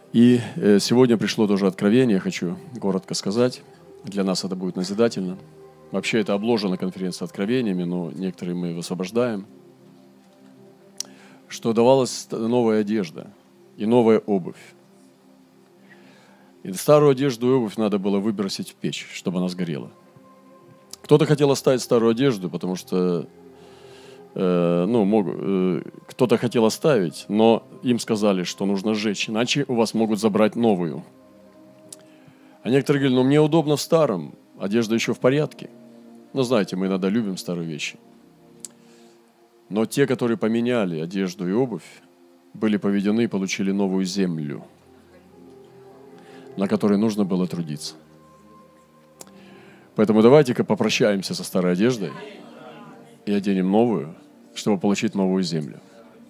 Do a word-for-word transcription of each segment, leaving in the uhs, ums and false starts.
И сегодня пришло тоже откровение, хочу коротко сказать. Для нас это будет назидательно. Вообще это обложена конференция откровениями, но некоторые мы высвобождаем. Что давалась новая одежда и новая обувь. И старую одежду и обувь надо было выбросить в печь, чтобы она сгорела. Кто-то хотел оставить старую одежду, потому что э, ну, мог, э, кто-то хотел оставить, но им сказали, что нужно сжечь, иначе у вас могут забрать новую. А некоторые говорили, ну мне удобно в старом, одежда еще в порядке. Ну знаете, мы иногда любим старые вещи. Но те, которые поменяли одежду и обувь, были поведены и получили новую землю, на которой нужно было трудиться. Поэтому давайте-ка попрощаемся со старой одеждой и оденем новую, чтобы получить новую землю.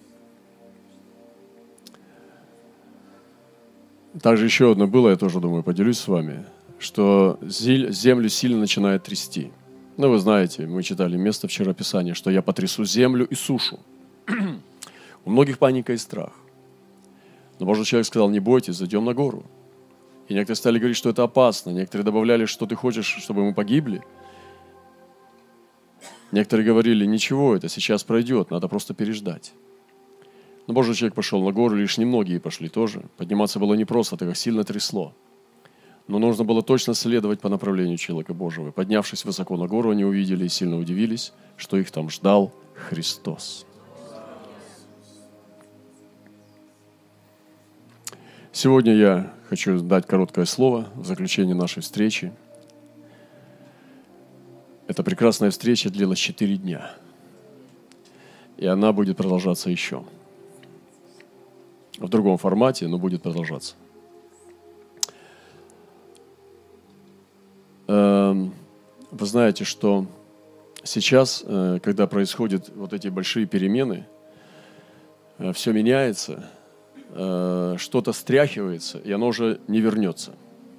Также еще одно было, я тоже думаю, поделюсь с вами, что землю сильно начинает трясти. Ну, вы знаете, мы читали место вчера Писания, что я потрясу землю и сушу. У многих паника и страх. Но Божий человек сказал, не бойтесь, зайдем на гору. И некоторые стали говорить, что это опасно. Некоторые добавляли, что ты хочешь, чтобы мы погибли. Некоторые говорили, ничего, это сейчас пройдет, надо просто переждать. Но Божий человек пошел на гору, лишь немногие пошли тоже. Подниматься было непросто, так как сильно трясло. Но нужно было точно следовать по направлению человека Божьего. Поднявшись высоко на гору, они увидели и сильно удивились, что их там ждал Христос. Сегодня я хочу дать короткое слово в заключение нашей встречи. Эта прекрасная встреча длилась четыре дня. И она будет продолжаться еще. В другом формате, но будет продолжаться. Вы знаете, что сейчас, когда происходят вот эти большие перемены, все меняется, что-то стряхивается, и оно уже не вернется.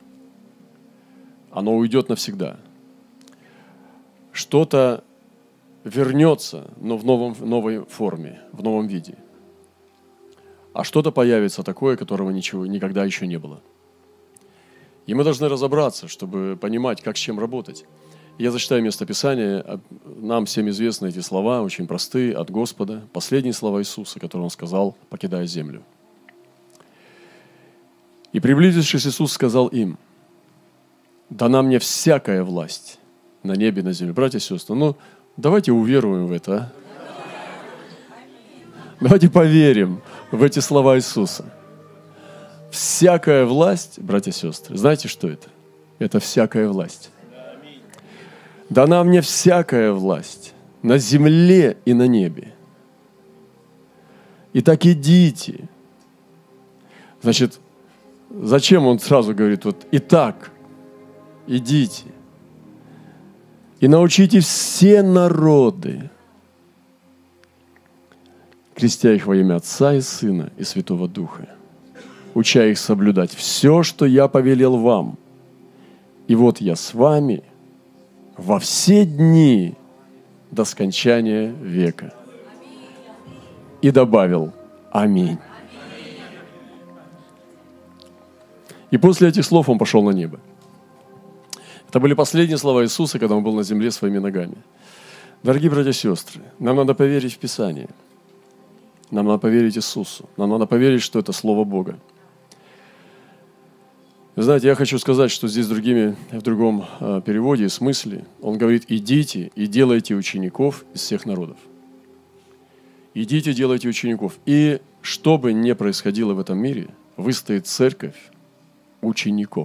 Оно уйдет навсегда. Что-то вернется, но в новом, в новой форме, в новом виде. А что-то появится такое, которого ничего, никогда еще не было. И мы должны разобраться, чтобы понимать, как с чем работать. Я зачитаю место Писания. Нам всем известны эти слова, очень простые, от Господа. Последние слова Иисуса, которые Он сказал, покидая землю. «И приблизившись, Иисус сказал им, дана мне всякая власть на небе и на земле». Братья и сестры, ну давайте уверуем в это. А? Давайте поверим в эти слова Иисуса. Всякая власть, братья и сестры, знаете, что это? Это всякая власть. Дана мне всякая власть на земле и на небе. Итак, идите. Значит, зачем он сразу говорит, вот, итак, идите и научите все народы, крестя их во имя Отца и Сына и Святого Духа, уча их соблюдать все, что я повелел вам. И вот я с вами во все дни до скончания века. И добавил аминь. И после этих слов он пошел на небо. Это были последние слова Иисуса, когда он был на земле своими ногами. Дорогие братья и сестры, нам надо поверить в Писание. Нам надо поверить Иисусу. Нам надо поверить, что это Слово Бога. Вы знаете, я хочу сказать, что здесь другими, в другом э, переводе и смысле он говорит, идите и делайте учеников из всех народов. Идите, делайте учеников. И что бы ни происходило в этом мире, выстоит церковь учеников.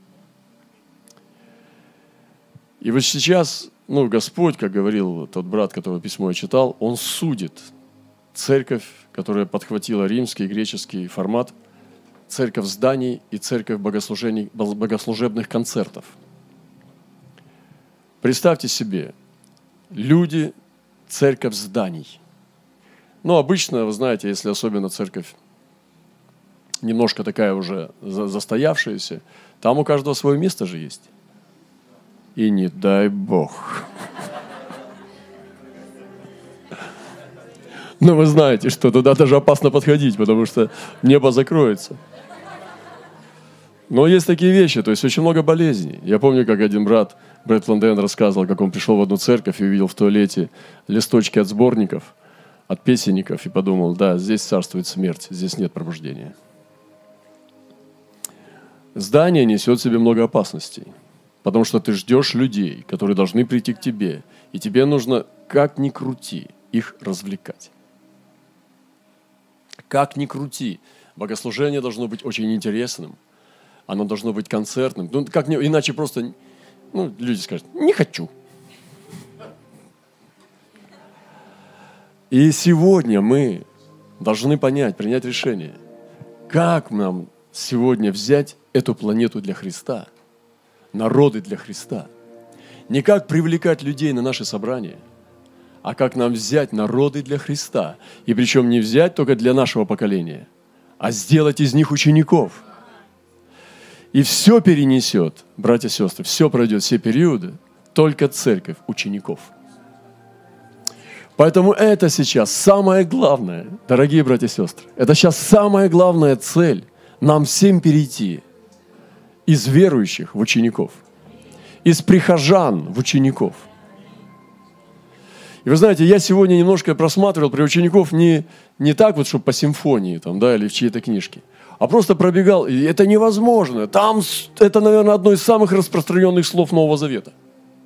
И вот сейчас, ну, Господь, как говорил тот брат, которого письмо я читал, Он судит церковь, которая подхватила римский и греческий формат, церковь зданий и церковь богослужений, богослужебных концертов. Представьте себе, люди, церковь зданий. Ну, обычно, вы знаете, если особенно церковь немножко такая уже застоявшаяся, там у каждого свое место же есть. И не дай Бог. Но вы знаете, что туда даже опасно подходить, потому что небо закроется. Но есть такие вещи, то есть очень много болезней. Я помню, как один брат, Брэд Флонден, рассказывал, как он пришел в одну церковь и увидел в туалете листочки от сборников, от песенников, и подумал, да, здесь царствует смерть, здесь нет пробуждения. Здание несет в себе много опасностей, потому что ты ждешь людей, которые должны прийти к тебе, и тебе нужно, как ни крути, их развлекать. Как ни крути, богослужение должно быть очень интересным, оно должно быть концертным. Ну, как не, иначе просто, ну, люди скажут, не хочу. И сегодня мы должны понять, принять решение, как нам сегодня взять эту планету для Христа, народы для Христа. Не как привлекать людей на наши собрания, а как нам взять народы для Христа. И причем не взять только для нашего поколения, а сделать из них учеников. И все перенесет, братья и сестры, все пройдет, все периоды, только церковь учеников. Поэтому это сейчас самое главное, дорогие братья и сестры, это сейчас самая главная цель нам всем перейти из верующих в учеников, из прихожан в учеников. И вы знаете, я сегодня немножко просматривал при учеников не, не так вот, чтобы по симфонии там, да, или в чьей-то книжке, а просто пробегал, и это невозможно. Там это, наверное, одно из самых распространенных слов Нового Завета.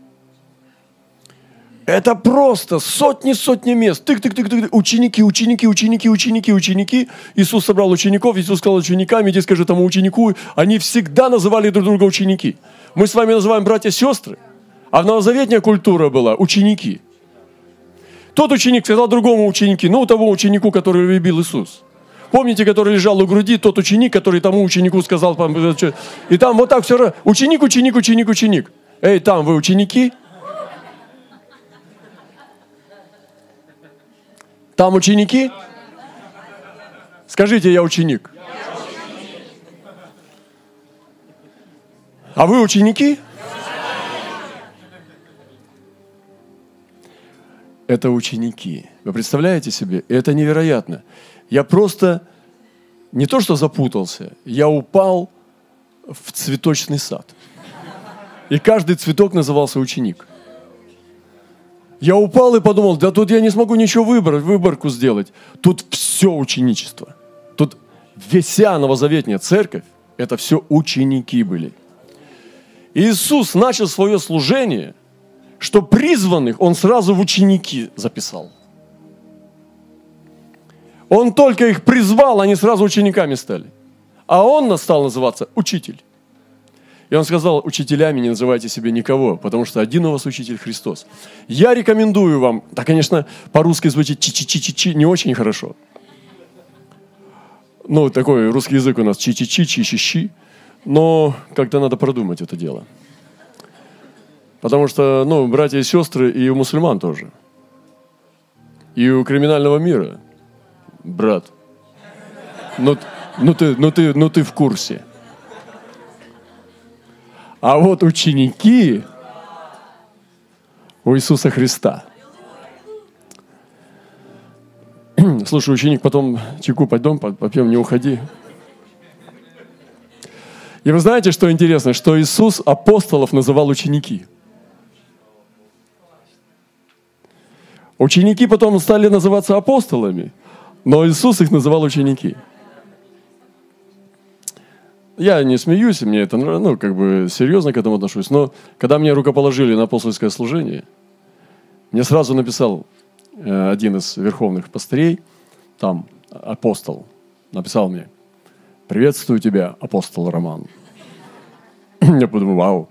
Это просто сотни-сотни мест. Тык-тык-тык-тык. Ученики, ученики, ученики, ученики, ученики. Иисус собрал учеников, Иисус сказал ученикам, иди скажи тому ученику. Они всегда называли друг друга ученики. Мы с вами называем братья-сестры, а новозаветная культура была ученики. Тот ученик сказал другому ученику, ну, того ученику, который любил Иисус. Помните, который лежал у груди, тот ученик, который тому ученику сказал, и там вот так все, ученик, ученик, ученик, ученик. Эй, там вы ученики? Там ученики? Скажите, я ученик. А вы ученики? Это ученики. Вы представляете себе? Это невероятно. Я просто не то что запутался, я упал в цветочный сад. И каждый цветок назывался ученик. Я упал и подумал, да тут я не смогу ничего выбрать, выборку сделать. Тут все ученичество. Тут вся новозаветная церковь, это все ученики были. Иисус начал свое служение, что призванных Он сразу в ученики записал. Он только их призвал, они сразу учениками стали. А Он стал называться учитель. И Он сказал, учителями не называйте себе никого, потому что один у вас учитель Христос. Я рекомендую вам, да, конечно, по-русски звучит чи-чи-чи-чи-чи, не очень хорошо. Ну, такой русский язык у нас чи-чи-чи, чи-чи-чи, но как-то надо продумать это дело. Потому что, ну, братья и сестры и у мусульман тоже. И у криминального мира. Брат, ну, ну, ты, ну, ты, ну ты в курсе. А вот ученики у Иисуса Христа. Слушай, ученик, потом чайку пойдем, попьем, не уходи. И вы знаете, что интересно? Что Иисус апостолов называл ученики. Ученики потом стали называться апостолами, но Иисус их называл ученики. Я не смеюсь, мне это, ну, как бы серьезно к этому отношусь, но когда меня рукоположили на апостольское служение, мне сразу написал э, один из верховных пастырей, там, апостол, написал мне: «Приветствую тебя, апостол Роман». Я подумал, вау.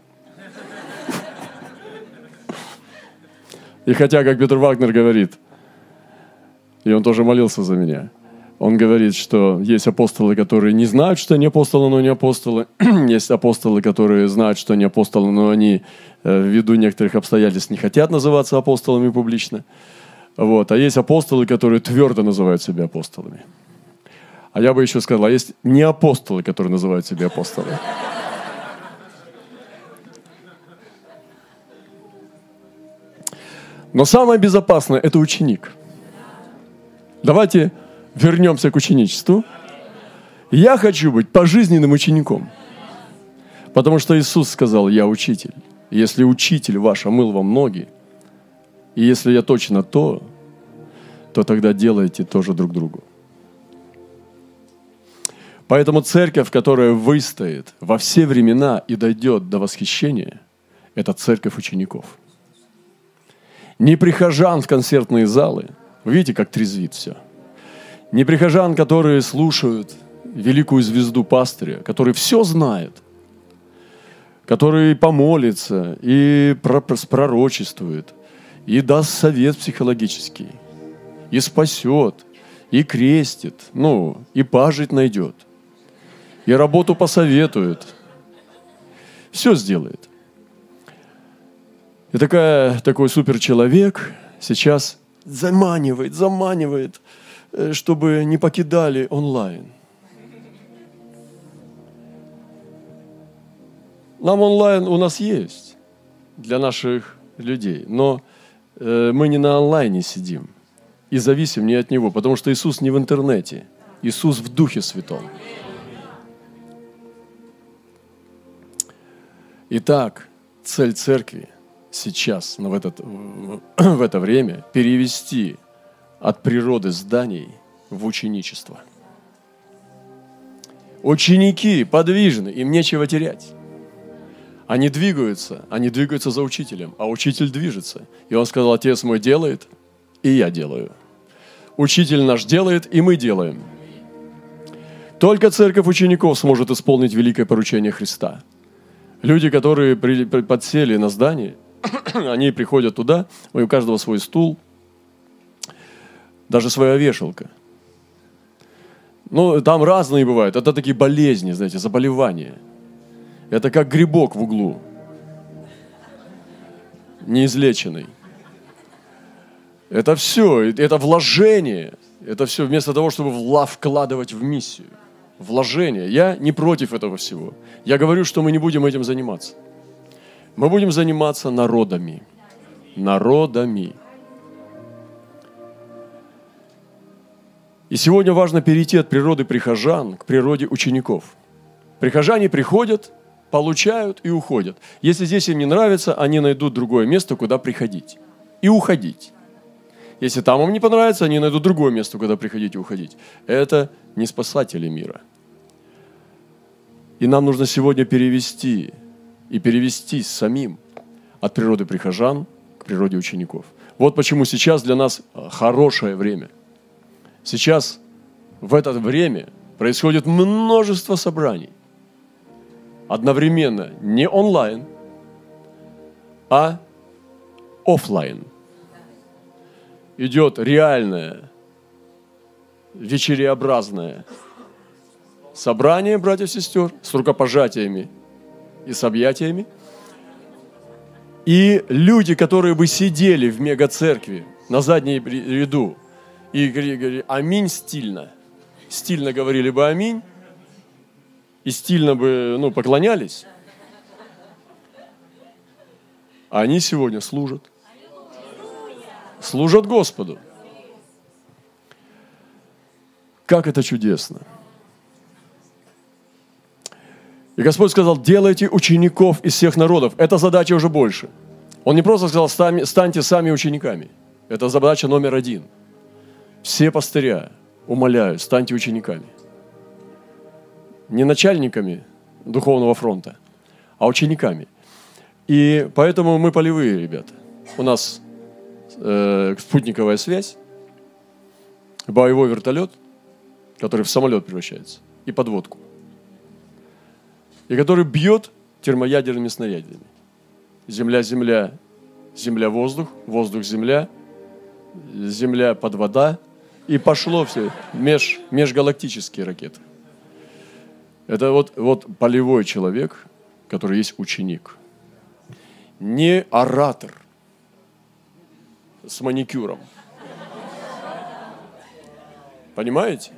И хотя, как Петр Вагнер говорит, и он тоже молился за меня, он говорит, что есть апостолы, которые не знают, что они апостолы, но не апостолы. Есть апостолы, которые знают, что они апостолы, но они ввиду некоторых обстоятельств не хотят называться апостолами публично. Вот. А есть апостолы, которые твердо называют себя апостолами. А я бы еще сказал, а есть не апостолы, которые называют себя апостолами. Но самое безопасное – это ученик. Давайте вернемся к ученичеству. Я хочу быть пожизненным учеником. Потому что Иисус сказал: «Я учитель. Если учитель ваш омыл вам ноги, и если я точно то, то тогда делайте тоже друг другу». Поэтому церковь, которая выстоит во все времена и дойдет до восхищения, это церковь учеников. Не прихожан в концертные залы. Вы видите, как трезвит все. Не прихожан, которые слушают великую звезду пастыря, который все знает, который помолится и пророчествует, и даст совет психологический, и спасет, и крестит, ну, и пажить найдет, и работу посоветует. Все сделает. И такая, такой суперчеловек сейчас заманивает, заманивает, чтобы не покидали онлайн. Нам онлайн у нас есть для наших людей, но э, мы не на онлайне сидим и зависим не от Него, потому что Иисус не в интернете, Иисус в Духе Святом. Итак, цель церкви сейчас, в, этот, в это время, перевести от природы зданий в ученичество. Ученики подвижны, им нечего терять. Они двигаются, они двигаются за учителем, а учитель движется. И он сказал: «Отец мой делает, и я делаю. Учитель наш делает, и мы делаем». Только церковь учеников сможет исполнить великое поручение Христа. Люди, которые подсели на здание, они приходят туда, у каждого свой стул, даже своя вешалка. Ну, там разные бывают. Это такие болезни, знаете, заболевания. Это как грибок в углу, неизлеченный. Это все, это вложение. Это все вместо того, чтобы вкладывать в миссию. Вложение. Я не против этого всего. Я говорю, что мы не будем этим заниматься. Мы будем заниматься народами. Народами. И сегодня важно перейти от природы прихожан к природе учеников. Прихожане приходят, получают и уходят. Если здесь им не нравится, они найдут другое место, куда приходить и уходить. Если там им не понравится, они найдут другое место, куда приходить и уходить. Это не спасатели мира. И нам нужно сегодня перевести и перевестись самим от природы прихожан к природе учеников. Вот почему сейчас для нас хорошее время. Сейчас в это время происходит множество собраний. Одновременно не онлайн, а офлайн. Идет реальное, вечереобразное собрание братьев и сестер с рукопожатиями и с объятиями. И люди, которые бы сидели в мегацеркви на задней ряду и говорили «Аминь» стильно, стильно говорили бы «Аминь», и стильно бы, ну, поклонялись, они сегодня служат. Служат Господу. Как это чудесно. И Господь сказал: делайте учеников из всех народов. Эта задача уже больше. Он не просто сказал: станьте сами учениками. Это задача номер один. Все пастыря, умоляю, станьте учениками. Не начальниками духовного фронта, а учениками. И поэтому мы полевые ребята. У нас э, спутниковая связь, боевой вертолет, который в самолет превращается, и подводку. И который бьет термоядерными снарядами. Земля-земля, земля-воздух, воздух-земля, земля под вода. И пошло все, меж, межгалактические ракеты. Это вот, вот полевой человек, который есть ученик. Не оратор с маникюром. Понимаете?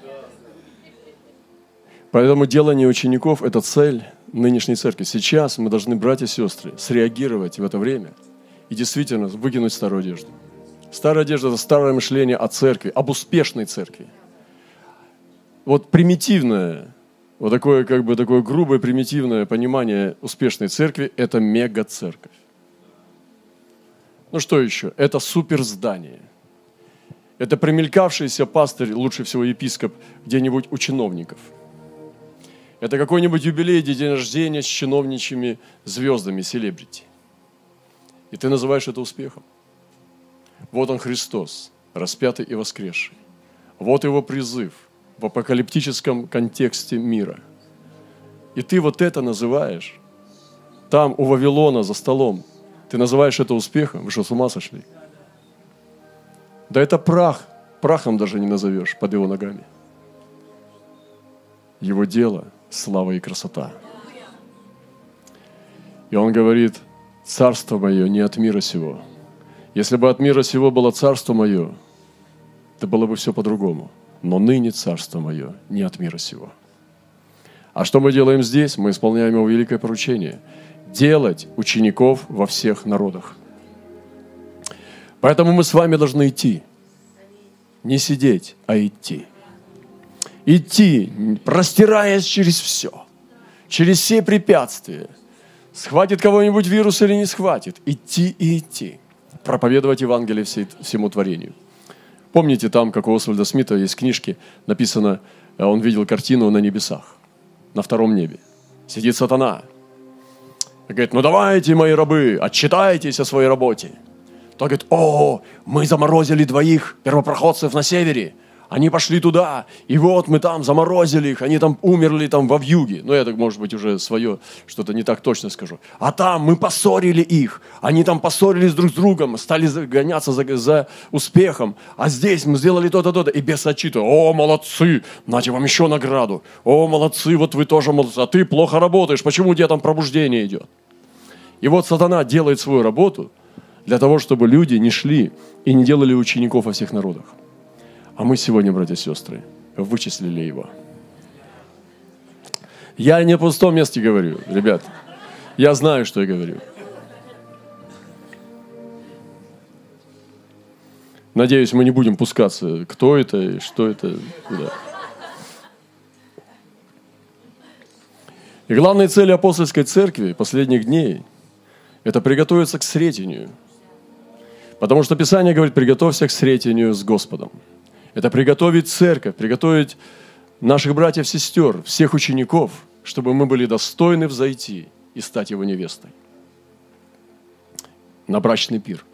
Поэтому делание учеников – это цель нынешней церкви. Сейчас мы должны, братья и сестры, среагировать в это время и действительно выкинуть старую одежду. Старая одежда – это старое мышление о церкви, об успешной церкви. Вот примитивное вот такое, как бы, такое грубое, примитивное понимание успешной церкви – это мега-церковь. Ну что еще? Это суперздание. Это примелькавшийся пастырь, лучше всего епископ, где-нибудь у чиновников. Это какой-нибудь юбилей, день рождения с чиновничьими звездами, селебрити. И ты называешь это успехом. Вот он Христос, распятый и воскресший. Вот его призыв в апокалиптическом контексте мира. И ты вот это называешь там, у Вавилона, за столом. Ты называешь это успехом? Вы что, с ума сошли? Да это прах. Прахом даже не назовешь под его ногами. Его дело – слава и красота. И он говорит, царство мое не от мира сего. Если бы от мира сего было царство мое, то было бы все по-другому. Но ныне царство мое не от мира сего. А что мы делаем здесь? Мы исполняем его великое поручение – делать учеников во всех народах. Поэтому мы с вами должны идти. Не сидеть, а идти. Идти, простираясь через все, через все препятствия. Схватит кого-нибудь вирус или не схватит. Идти и идти. Проповедовать Евангелие всему творению. Помните, там, как у Освальда Смита есть книжки, написано, он видел картину на небесах, на втором небе. Сидит сатана. И говорит, ну давайте, мои рабы, отчитайтесь о своей работе. Тот говорит, о, мы заморозили двоих первопроходцев на севере. Они пошли туда, и вот мы там заморозили их, они там умерли там во вьюге. Ну, я так, может быть, уже свое что-то не так точно скажу. А там мы поссорили их, они там поссорились друг с другом, стали гоняться за, за успехом. А здесь мы сделали то-то, то-то. И бес отчитывает, о, молодцы, нате вам еще награду. О, молодцы, вот вы тоже молодцы, а ты плохо работаешь, почему у тебя там пробуждение идет? И вот сатана делает свою работу для того, чтобы люди не шли и не делали учеников во всех народах. А мы сегодня, братья и сестры, вычислили его. Я не в пустом месте говорю, ребят. Я знаю, что я говорю. Надеюсь, мы не будем пускаться, кто это и что это, куда. И главная цель апостольской церкви последних дней – это приготовиться к сретению. Потому что Писание говорит, приготовься к сретению с Господом. Это приготовить церковь, приготовить наших братьев, сестер, всех учеников, чтобы мы были достойны взойти и стать его невестой. На брачный пир.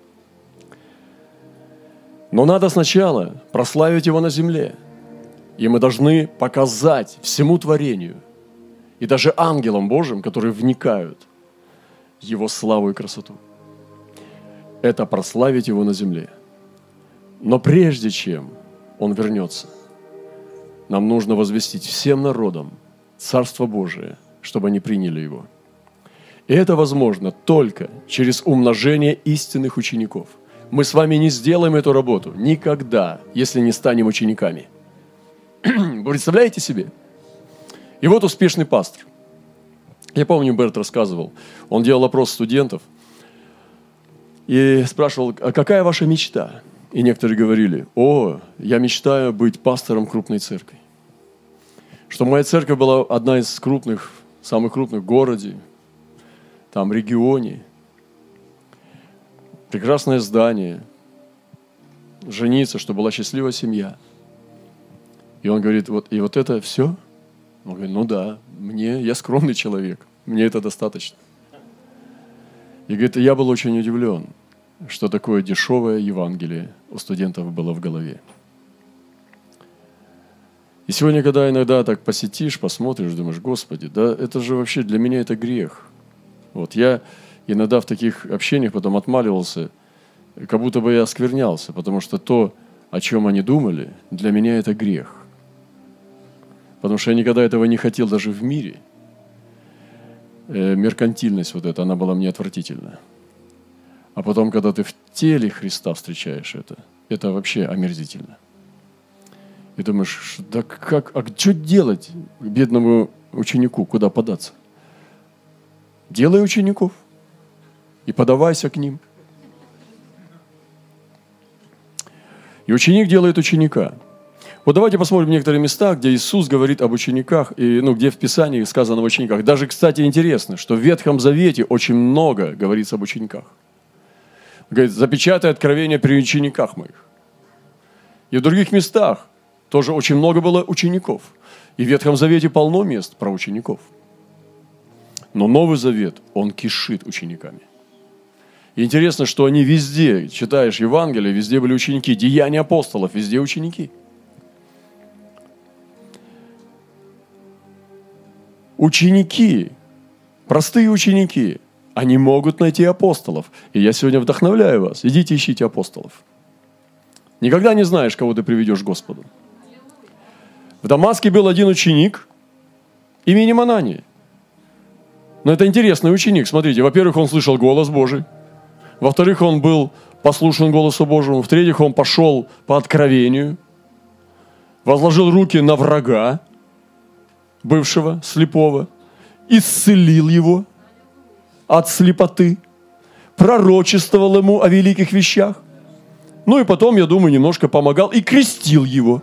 Но надо сначала прославить его на земле. И мы должны показать всему творению, и даже ангелам Божьим, которые вникают, его славу и красоту. Это прославить его на земле. Но прежде чем он вернется, нам нужно возвестить всем народам Царство Божие, чтобы они приняли его. И это возможно только через умножение истинных учеников. Мы с вами не сделаем эту работу никогда, если не станем учениками. Вы представляете себе? И вот успешный пастор. Я помню, Берт рассказывал, он делал опрос студентов и спрашивал, а какая ваша мечта? И некоторые говорили, о, я мечтаю быть пастором крупной церкви. Что моя церковь была одна из крупных, самых крупных в городе, там, регионе. Прекрасное здание. Жениться, чтобы была счастливая семья. И он говорит, вот, и вот это все? Он говорит, ну да, мне, я скромный человек, мне это достаточно. И говорит, я был очень удивлен, что такое дешевое Евангелие у студентов было в голове. И сегодня, когда иногда так посетишь, посмотришь, думаешь, Господи, да это же вообще для меня это грех. Вот я иногда в таких общениях потом отмаливался, как будто бы я осквернялся, потому что то, о чем они думали, для меня это грех. Потому что я никогда этого не хотел даже в мире. Э, меркантильность вот эта, она была мне отвратительна. А потом, когда ты в теле Христа встречаешь это, это вообще омерзительно. И думаешь, да как, а что делать бедному ученику, куда податься? Делай учеников и подавайся к ним. И ученик делает ученика. Вот давайте посмотрим некоторые места, где Иисус говорит об учениках, и, ну, где в Писании сказано об учениках. Даже, кстати, интересно, что в Ветхом Завете очень много говорится об учениках. Говорит, запечатай откровение при учениках моих. И в других местах тоже очень много было учеников. И в Ветхом Завете полно мест про учеников. Но Новый Завет, он кишит учениками. И интересно, что они везде, читаешь Евангелие, везде были ученики. Деяния апостолов, везде ученики. Ученики, простые ученики, они могут найти апостолов. И я сегодня вдохновляю вас. Идите ищите апостолов. Никогда не знаешь, кого ты приведешь к Господу. В Дамаске был один ученик именем Анания. Но это интересный ученик. Смотрите, во-первых, он слышал голос Божий. Во-вторых, он был послушен голосу Божьему. В-третьих, он пошел по откровению. Возложил руки на врага бывшего, слепого. Исцелил его от слепоты. Пророчествовал ему о великих вещах. Ну и потом, я думаю, немножко помогал и крестил его.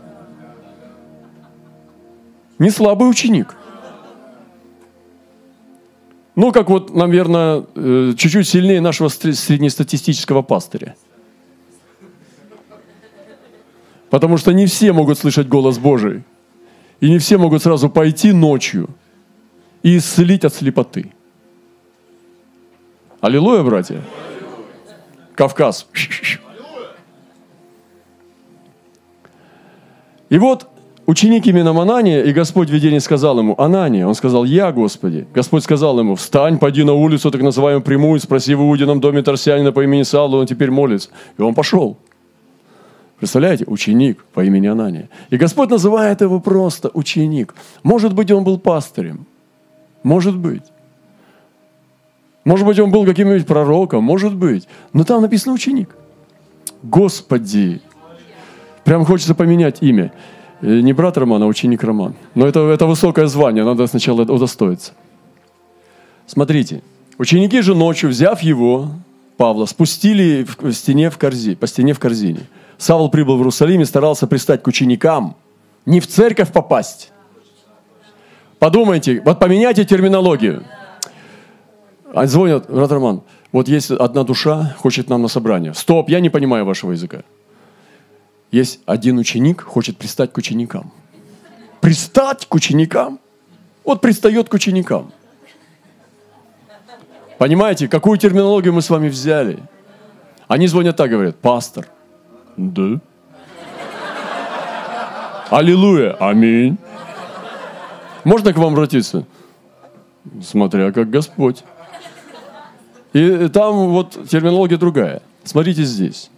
Не слабый ученик. Ну, как вот, наверное, чуть-чуть сильнее нашего среднестатистического пастыря. Потому что не все могут слышать голос Божий. И не все могут сразу пойти ночью и исцелить от слепоты. Аллилуйя, братья. Кавказ. И вот ученик именем Анания, и Господь в видении сказал ему: Анания. Он сказал: я, Господи. Господь сказал ему: встань, пойди на улицу, так называемую прямую, спроси в Иудином доме Тарсянина по имени Савла, он теперь молится. И он пошел. Представляете? Ученик по имени Анания. И Господь называет его просто ученик. Может быть, он был пастырем. Может быть. Может быть, он был каким-нибудь пророком. Может быть. Но там написано ученик. Господи. Прям хочется поменять имя. Не брат Роман, а ученик Роман. Но это, это высокое звание, надо сначала удостоиться. Смотрите. Ученики же ночью, взяв его, Павла, спустили в стене в корзине, по стене в корзине. Савл прибыл в Иерусалим и старался пристать к ученикам, не в церковь попасть. Подумайте, вот поменяйте терминологию. Они звонят: брат Роман, вот есть одна душа, хочет нам на собрание. Стоп, я не понимаю вашего языка. Есть один ученик, хочет пристать к ученикам. Пристать к ученикам? Вот пристает к ученикам. Понимаете, какую терминологию мы с вами взяли? Они звонят так, говорят: пастор. Да. Аллилуйя. Аминь. Можно к вам обратиться? Смотря как Господь. И там вот терминология другая. Смотрите здесь.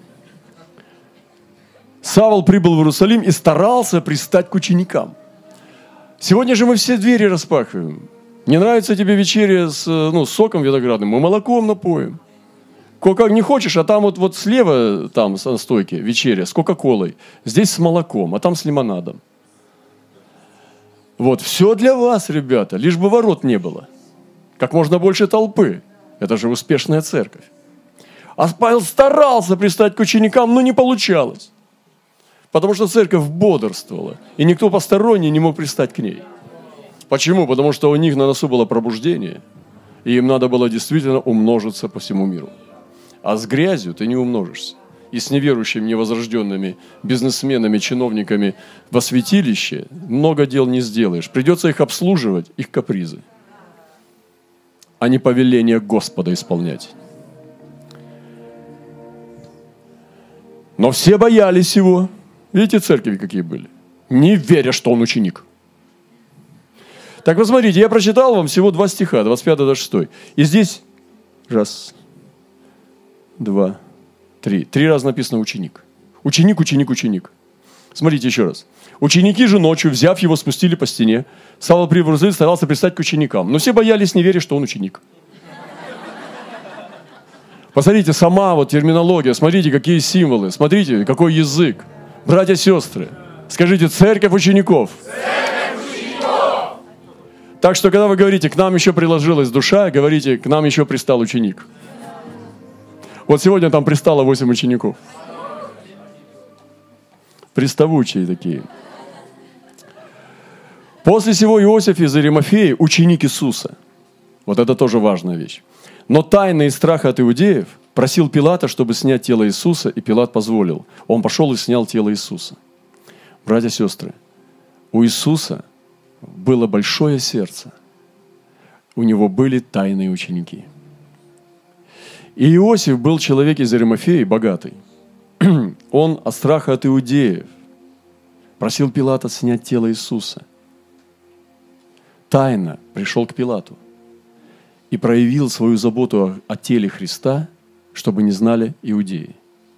Савл прибыл в Иерусалим и старался пристать к ученикам. Сегодня же мы все двери распахиваем. Не нравится тебе вечеря с, ну, с соком виноградным, мы молоком напоим. Как не хочешь, а там вот, вот слева там на стойке вечеря с кока-колой, здесь с молоком, а там с лимонадом. Вот, все для вас, ребята, лишь бы ворот не было. Как можно больше толпы. Это же успешная церковь. А Павел старался пристать к ученикам, но не получалось. Потому что церковь бодрствовала, и никто посторонний не мог пристать к ней. Почему? Потому что у них на носу было пробуждение, и им надо было действительно умножиться по всему миру. А с грязью ты не умножишься. И с неверующими, невозрожденными бизнесменами, чиновниками во святилище много дел не сделаешь. Придется их обслуживать, их капризы, а не повеление Господа исполнять. Но все боялись его. Видите, церкви какие были? Не веря, что он ученик. Так, вот смотрите, я прочитал вам всего два стиха, двадцать пятый двадцать шестой. И здесь раз, два, три. Три раза написано ученик. Ученик, ученик, ученик. Смотрите еще раз. Ученики же ночью, взяв его, спустили по стене. Савл прибыл в Иерусалим, старался пристать к ученикам. Но все боялись, не веря, что он ученик. Посмотрите, сама вот терминология, смотрите, какие символы, смотрите, какой язык. Братья и сестры, скажите: церковь учеников. Церковь учеников. Так что, когда вы говорите: к нам еще приложилась душа, говорите: к нам еще пристал ученик. Вот сегодня там пристало восемь учеников. Приставучие такие. После сего Иосиф из Аримафеи, ученик Иисуса. Вот это тоже важная вещь. Но тайно из страха от иудеев просил Пилата, чтобы снять тело Иисуса, и Пилат позволил. Он пошел и снял тело Иисуса. Братья и сестры, у Иисуса было большое сердце. У него были тайные ученики. И Иосиф был человек из Аримафеи, богатый. Он от страха от иудеев просил Пилата снять тело Иисуса. Тайно пришел к Пилату и проявил свою заботу о, о теле Христа, чтобы не знали иудеи.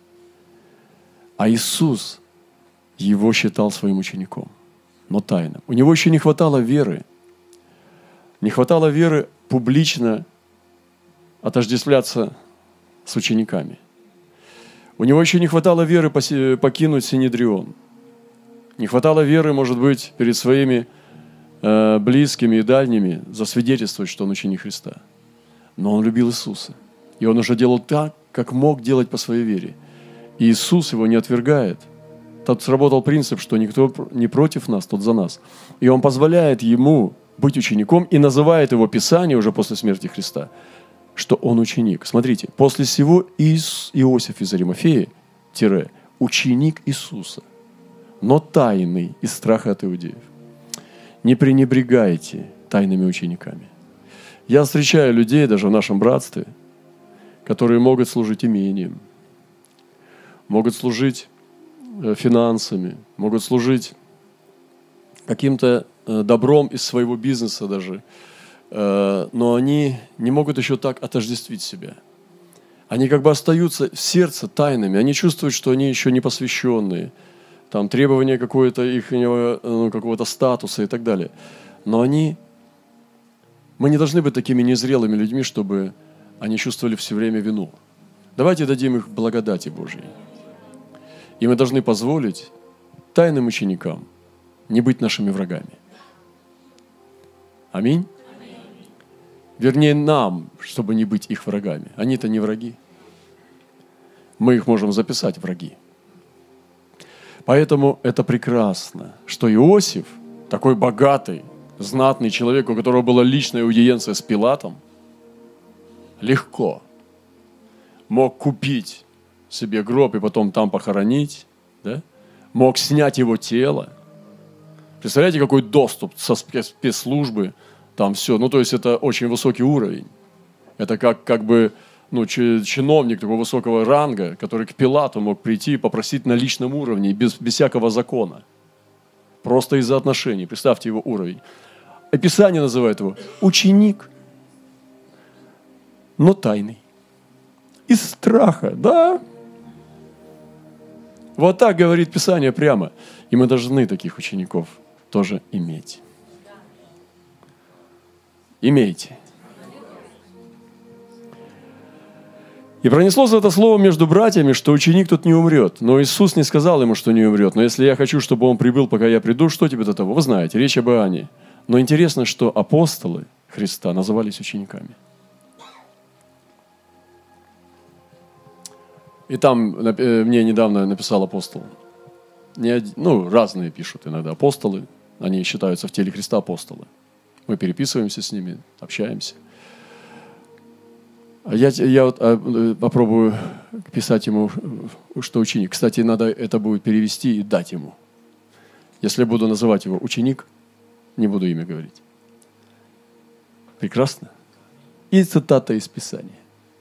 А Иисус его считал своим учеником, но тайно. У него еще не хватало веры. Не хватало веры публично отождествляться с учениками. У него еще не хватало веры покинуть Синедрион. Не хватало веры, может быть, перед своими э, близкими и дальними засвидетельствовать, что он ученик Христа. Но он любил Иисуса. И он уже делал так, как мог делать по своей вере. И Иисус его не отвергает. Тут сработал принцип, что никто не против нас, тот за нас. И он позволяет ему быть учеником и называет его Писание уже после смерти Христа, что он ученик. Смотрите, после всего Иис, Иосиф из Аримафеи, тире, ученик Иисуса, но тайный из страха от иудеев. Не пренебрегайте тайными учениками. Я встречаю людей даже в нашем братстве, которые могут служить имением, могут служить финансами, могут служить каким-то добром из своего бизнеса даже, но они не могут еще так отождествить себя. Они как бы остаются в сердце тайными, они чувствуют, что они еще не посвященные, там требования какого-то их, ну, какого-то статуса и так далее. Но они, мы не должны быть такими незрелыми людьми, чтобы они чувствовали все время вину. Давайте дадим их благодати Божьей. И мы должны позволить тайным ученикам не быть нашими врагами. Аминь. Вернее, нам, чтобы не быть их врагами. Они-то не враги. Мы их можем записать враги. Поэтому это прекрасно, что Иосиф, такой богатый, знатный человек, у которого была личная аудиенция с Пилатом, легко мог купить себе гроб и потом там похоронить, да? Мог снять его тело. Представляете, какой доступ со спецслужбы, там все. Ну, то есть это очень высокий уровень. Это как, как бы ну, чиновник такого высокого ранга, который к Пилату мог прийти и попросить на личном уровне, без, без всякого закона. Просто из-за отношений. Представьте его уровень. Описание называет его ученик, но тайный. Из страха, да? Вот так говорит Писание прямо. И мы должны таких учеников тоже иметь. Имейте. И пронеслось это слово между братьями, что ученик тут не умрет. Но Иисус не сказал ему, что не умрет. Но если я хочу, чтобы он прибыл, пока я приду, что тебе до того? Вы знаете, речь об Иоанне. Но интересно, что апостолы Христа назывались учениками. И там мне недавно написал апостол. Не один, ну, разные пишут иногда апостолы. Они считаются в теле Христа апостолы. Мы переписываемся с ними, общаемся. Я, я вот попробую писать ему, что ученик. Кстати, надо это будет перевести и дать ему. Если буду называть его ученик, не буду имя говорить. Прекрасно? И цитата из Писания.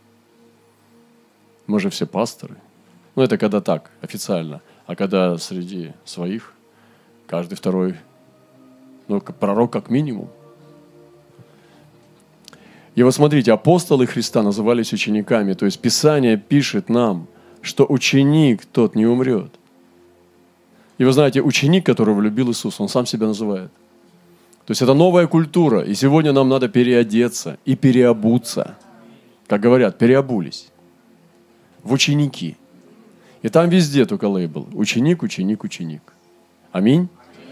Мы же все пасторы. Ну, это когда так, официально. А когда среди своих, каждый второй, ну, пророк как минимум. И вот смотрите, апостолы Христа назывались учениками. То есть Писание пишет нам, что ученик тот не умрет. И вы знаете, ученик, которого любил Иисус, он сам себя называет. То есть это новая культура. И сегодня нам надо переодеться и переобуться. Как говорят, переобулись. В ученики. И там везде только лейбл. Ученик, ученик, ученик. Аминь.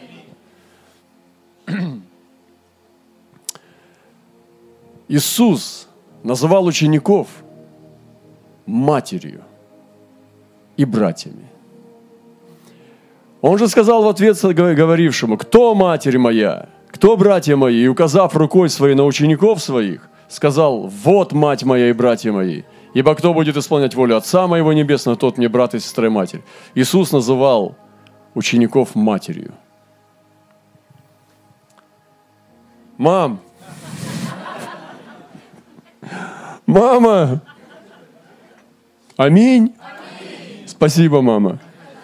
Иисус называл учеников матерью и братьями. Он же сказал в ответ говорившему: «Кто матерь моя Кто, братья мои, и указав рукой своей на учеников своих, сказал: вот мать моя и братья мои, ибо кто будет исполнять волю Отца моего Небесного, тот мне брат и сестра и матерь. Иисус называл учеников матерью. Мам! Мама! Аминь! Аминь. Спасибо, мама.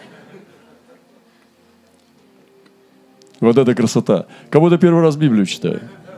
Вот это красота. Как будто первый раз Библию читаю.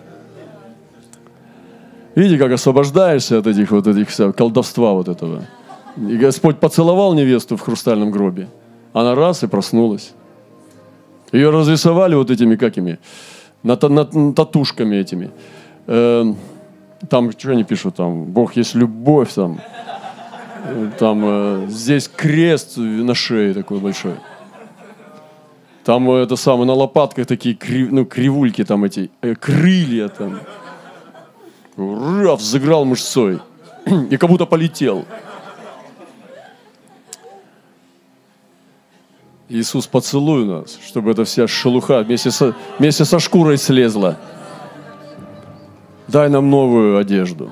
Видите, как освобождаешься от этих вот этих колдовства вот этого. И Господь поцеловал невесту в хрустальном гробе. Она раз и проснулась. Ее разрисовали вот этими какими, на, на, на татушками этими. Э, там, что они пишут, там, Бог есть любовь, там, там э, здесь крест на шее такой большой. Там э, это самое, на лопатках такие крив, ну, кривульки, там эти, э, крылья там. Раф взыграл мышцой и как будто полетел. Иисус, поцелуй нас, чтобы эта вся шелуха вместе со, вместе со шкурой слезла. Дай нам новую одежду.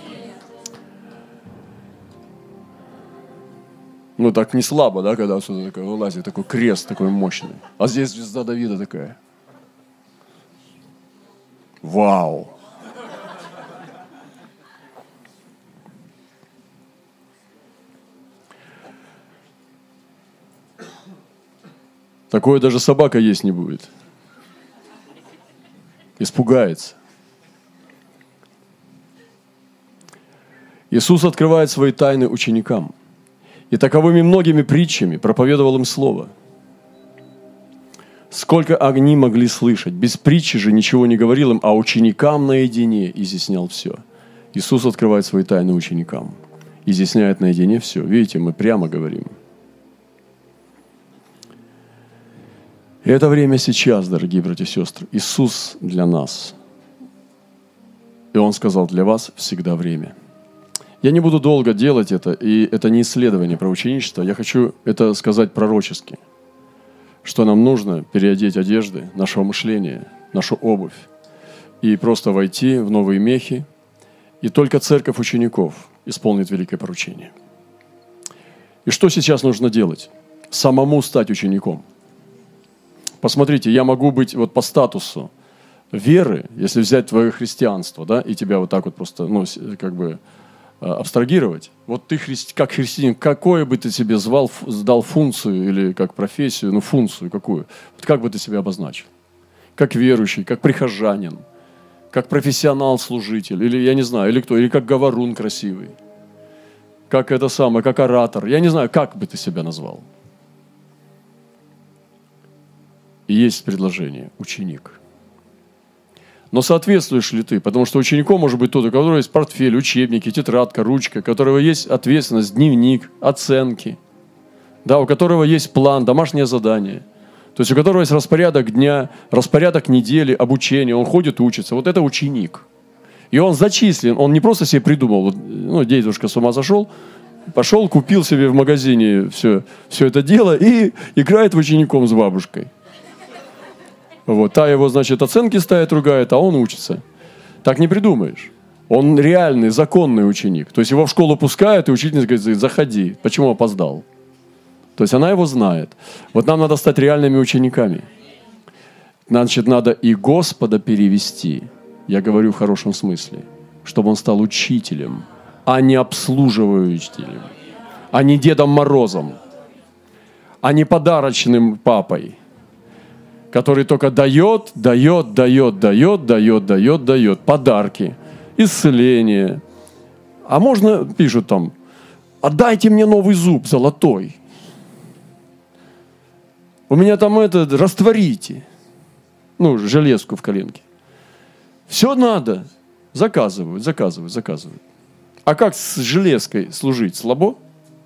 Ну, так не слабо, да, когда отсюда такой вылазит, такой крест такой мощный. А здесь звезда Давида такая. Вау! Такое даже собака есть не будет. Испугается. Иисус открывает свои тайны ученикам. И таковыми многими притчами проповедовал им Слово. Сколько они могли слышать. Без притчи же ничего не говорил им, а ученикам наедине изъяснял все. Иисус открывает свои тайны ученикам. Изъясняет наедине все. Видите, мы прямо говорим. И это время сейчас, дорогие братья и сестры. Иисус для нас. И Он сказал: для вас всегда время. Я не буду долго делать это, и это не исследование про ученичество. Я хочу это сказать пророчески, что нам нужно переодеть одежды, нашего мышления, нашу обувь, и просто войти в новые мехи, и только церковь учеников исполнит великое поручение. И что сейчас нужно делать? Самому стать учеником. Посмотрите, я могу быть вот по статусу веры, если взять твое христианство, да, и тебя вот так вот просто, ну, как бы абстрагировать. Вот ты хри... как христианин, какое бы ты себе звал, сдал функцию или как профессию, ну, функцию какую? Вот как бы ты себя обозначил? Как верующий, как прихожанин, как профессионал-служитель, или я не знаю, или кто, или как говорун красивый, как это самое, как оратор. Я не знаю, как бы ты себя назвал. И есть предложение – ученик. Но соответствуешь ли ты? Потому что учеником может быть тот, у которого есть портфель, учебники, тетрадка, ручка, у которого есть ответственность, дневник, оценки, да, у которого есть план, домашнее задание. То есть у которого есть распорядок дня, распорядок недели, обучение, он ходит, учится. Вот это ученик. И он зачислен, он не просто себе придумал, вот, ну, дедушка с ума сошел, пошел, купил себе в магазине все, все это дело и играет в учеником с бабушкой. Вот, та его, значит, оценки ставит, ругает, а он учится. Так не придумаешь. Он реальный, законный ученик. То есть его в школу пускают, и учительница говорит: заходи. Почему опоздал? То есть она его знает. Вот нам надо стать реальными учениками. Значит, надо и Господа перевести. Я говорю в хорошем смысле. Чтобы он стал учителем, а не обслуживающим, а не Дедом Морозом, а не подарочным папой, который только дает, дает, дает, дает, дает, дает, дает подарки, исцеление. А можно, пишут там, отдайте мне новый зуб золотой. У меня там это, растворите. Ну, железку в коленке. Все надо. Заказывают, заказывают, заказывают. А как с железкой служить? Слабо?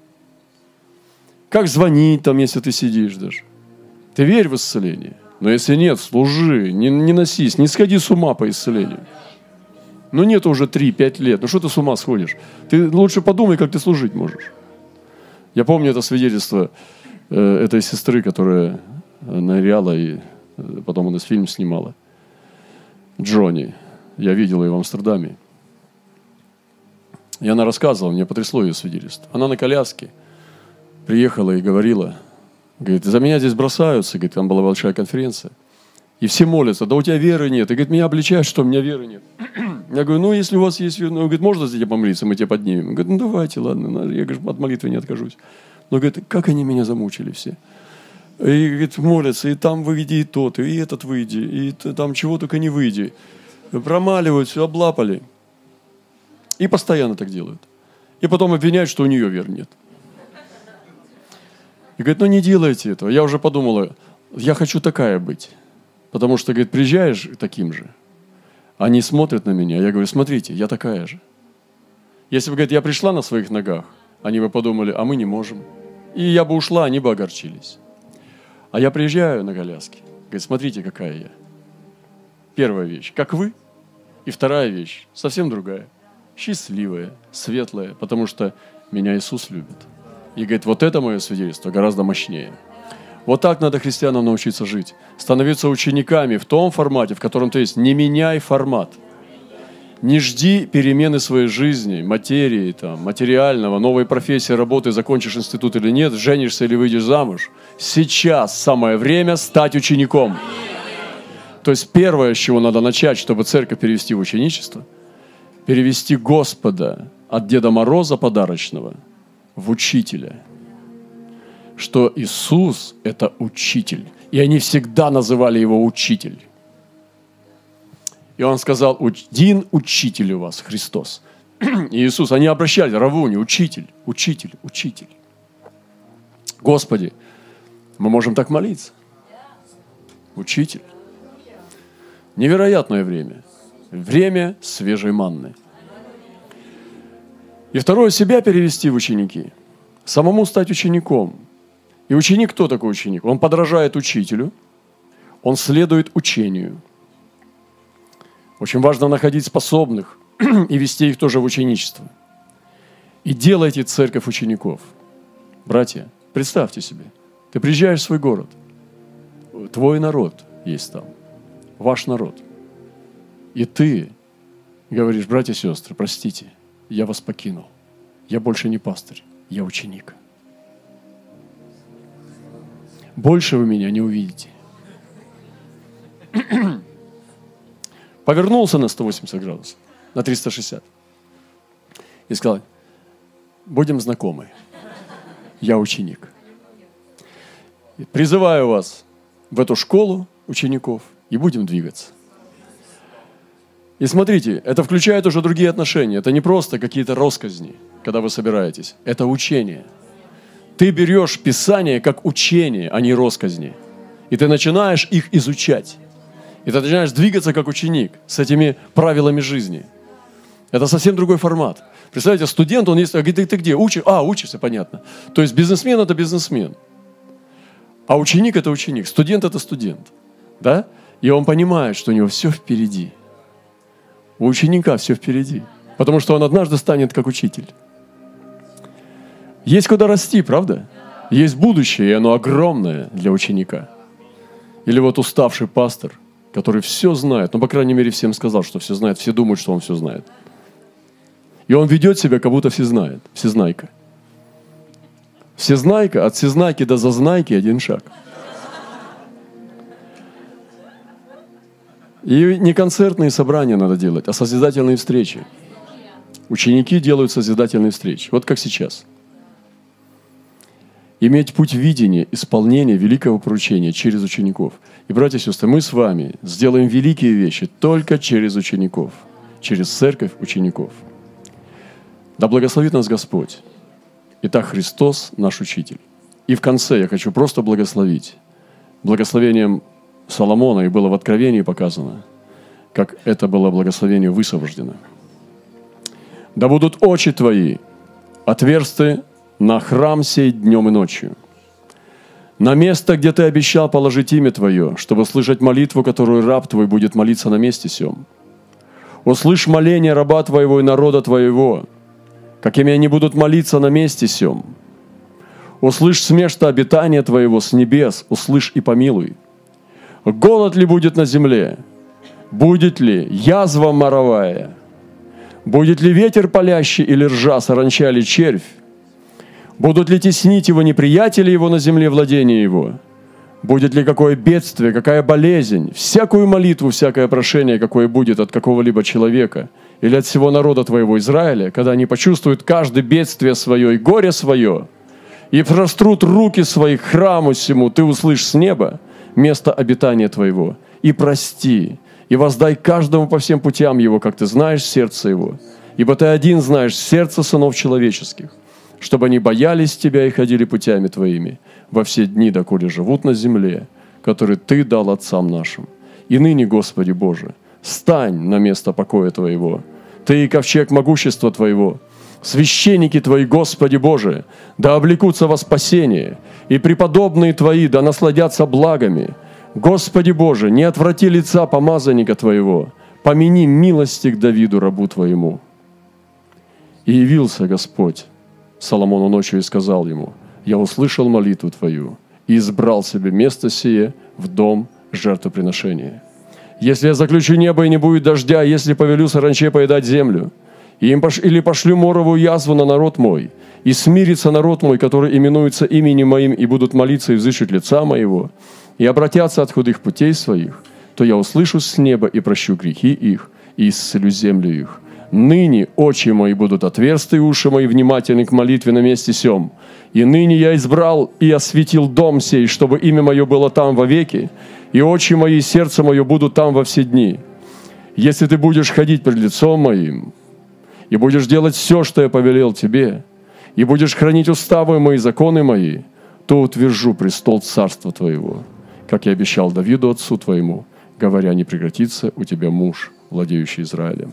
Как звонить там, если ты сидишь даже? Ты верь в исцеление. Но если нет, служи, не, не носись, не сходи с ума по исцелению. Ну нет уже три-пять лет, ну что ты с ума сходишь? Ты лучше подумай, как ты служить можешь. Я помню это свидетельство э, этой сестры, которая ныряла и э, потом у нас фильм снимала. Джонни. Я видел ее в Амстердаме. И она рассказывала, мне потрясло ее свидетельство. Она на коляске приехала и говорила, говорит, за меня здесь бросаются, говорит, там была большая конференция. И все молятся, да у тебя веры нет. И говорит, меня обличают, что у меня веры нет. Я говорю, ну если у вас есть вера, ну, говорит, можно за тебя помолиться, мы тебя поднимем. Он говорит, ну давайте, ладно. Я говорю, от молитвы не откажусь. Но говорит, как они меня замучили все. И говорит, молятся, и там выйди, и тот, и этот выйди, и там чего только не выйди. Промаливают, все облапали. И постоянно так делают. И потом обвиняют, что у нее веры нет. И говорит, ну не делайте этого. Я уже подумала, я хочу такая быть. Потому что, говорит, приезжаешь таким же, они смотрят на меня. Я говорю, смотрите, я такая же. Если бы, говорит, я пришла на своих ногах, они бы подумали, а мы не можем. И я бы ушла, они бы огорчились. А я приезжаю на коляске. Говорит, смотрите, какая я. Первая вещь, как вы. И вторая вещь, совсем другая. Счастливая, светлая, потому что меня Иисус любит. И говорит, вот это мое свидетельство гораздо мощнее. Вот так надо христианам научиться жить. Становиться учениками в том формате, в котором ты есть. Не меняй формат. Не жди перемены своей жизни, материи, там, материального, новой профессии, работы, закончишь институт или нет, женишься или выйдешь замуж. Сейчас самое время стать учеником. То есть первое, с чего надо начать, чтобы церковь перевести в ученичество, перевести Господа от Деда Мороза подарочного в учителя. Что Иисус – это учитель. И они всегда называли его учитель. И он сказал, один учитель у вас, Христос. И Иисус, они обращались, Равуни, учитель, учитель, учитель. Господи, мы можем так молиться. Учитель. Невероятное время. Время свежей манны. И второе, себя перевести в ученики. Самому стать учеником. И ученик, кто такой ученик? Он подражает учителю, он следует учению. Очень важно находить способных и вести их тоже в ученичество. И делайте церковь учеников. Братья, представьте себе, ты приезжаешь в свой город, твой народ есть там, ваш народ. И ты говоришь, братья и сестры, простите, я вас покинул. Я больше не пастырь, я ученик. Больше вы меня не увидите. Повернулся на сто восемьдесят градусов, на триста шестьдесят. И сказал, будем знакомы. Я ученик. Призываю вас в эту школу учеников и будем двигаться. И смотрите, это включает уже другие отношения. Это не просто какие-то россказни, когда вы собираетесь. Это учение. Ты берешь Писание как учение, а не россказни. И ты начинаешь их изучать. И ты начинаешь двигаться как ученик с этими правилами жизни. Это совсем другой формат. Представляете, студент, он есть, говорит, ты, ты где? Учишь? А, учишься, понятно. То есть бизнесмен – это бизнесмен. А ученик – это ученик. Студент – это студент. Да? И он понимает, что у него все впереди. У ученика все впереди. Потому что он однажды станет как учитель. Есть куда расти, правда? Есть будущее, и оно огромное для ученика. Или вот уставший пастор, который все знает, ну, по крайней мере, всем сказал, что все знает, все думают, что он все знает. И он ведет себя, как будто все знает, всезнайка. Всезнайка, от всезнайки до зазнайки один шаг. И не концертные собрания надо делать, а созидательные встречи. Ученики делают созидательные встречи. Вот как сейчас. Иметь путь видения, исполнения великого поручения через учеников. И, братья и сестры, мы с вами сделаем великие вещи только через учеников, через церковь учеников. Да благословит нас Господь. Итак, Христос наш учитель. И в конце я хочу просто благословить. Благословением Соломона, и было в Откровении показано, как это было благословение высвобождено. Да будут очи твои отверсты на храм сей днем и ночью, на место, где ты обещал положить имя твое, чтобы слышать молитву, которую раб твой будет молиться на месте сем. Услышь моление раба твоего и народа твоего, какими они будут молиться на месте сем. Услышь с места обитания твоего с небес, услышь и помилуй. Голод ли будет на земле? Будет ли язва моровая? Будет ли ветер палящий или ржа, саранча или червь? Будут ли теснить его неприятели его на земле владения его? Будет ли какое бедствие, какая болезнь, всякую молитву, всякое прошение, какое будет от какого-либо человека или от всего народа твоего Израиля, когда они почувствуют каждое бедствие свое и горе свое, и прострут руки свои к храму сему, ты услышь с неба место обитания твоего, и прости, и воздай каждому по всем путям его, как ты знаешь сердце его, ибо ты один знаешь сердце сынов человеческих, чтобы они боялись тебя и ходили путями твоими во все дни, доколе живут на земле, которую ты дал отцам нашим. И ныне, Господи Боже, стань на место покоя твоего, ты и ковчег могущества твоего, священники твои, Господи Боже, да облекутся во спасение, и преподобные твои да насладятся благами. Господи Боже, не отврати лица помазанника твоего, помяни милости к Давиду, рабу твоему. И явился Господь Соломону ночью и сказал ему: «Я услышал молитву твою и избрал себе место сие в дом жертвоприношения. Если я заключу небо и не будет дождя, если повелю саранче поедать землю, и им пош... или пошлю моровую язву на народ мой, и смирится народ мой, который именуется именем моим, и будут молиться и взыщут лица моего, и обратятся от худых путей своих, то я услышу с неба и прощу грехи их, и исцелю землю их. Ныне очи мои будут отверсты, и уши мои внимательны к молитве на месте сем. И ныне я избрал и осветил дом сей, чтобы имя мое было там вовеки, и очи мои и сердце мое будут там во все дни. Если ты будешь ходить пред лицом моим, и будешь делать все, что я повелел тебе, и будешь хранить уставы мои, законы мои, то утвержу престол царства твоего, как я обещал Давиду, отцу твоему, говоря, не прекратится у тебя муж, владеющий Израилем».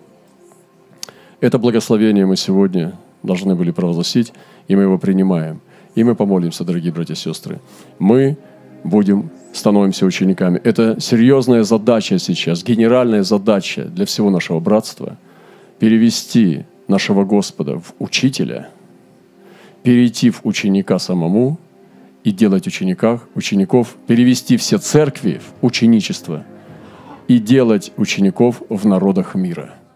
Это благословение мы сегодня должны были провозгласить, и мы его принимаем. И мы помолимся, дорогие братья и сестры. Мы будем, становимся учениками. Это серьезная задача сейчас, генеральная задача для всего нашего братства – перевести нашего Господа в учителя, перейти в ученика самому и делать учениках, учеников, перевести все церкви в ученичество и делать учеников в народах мира.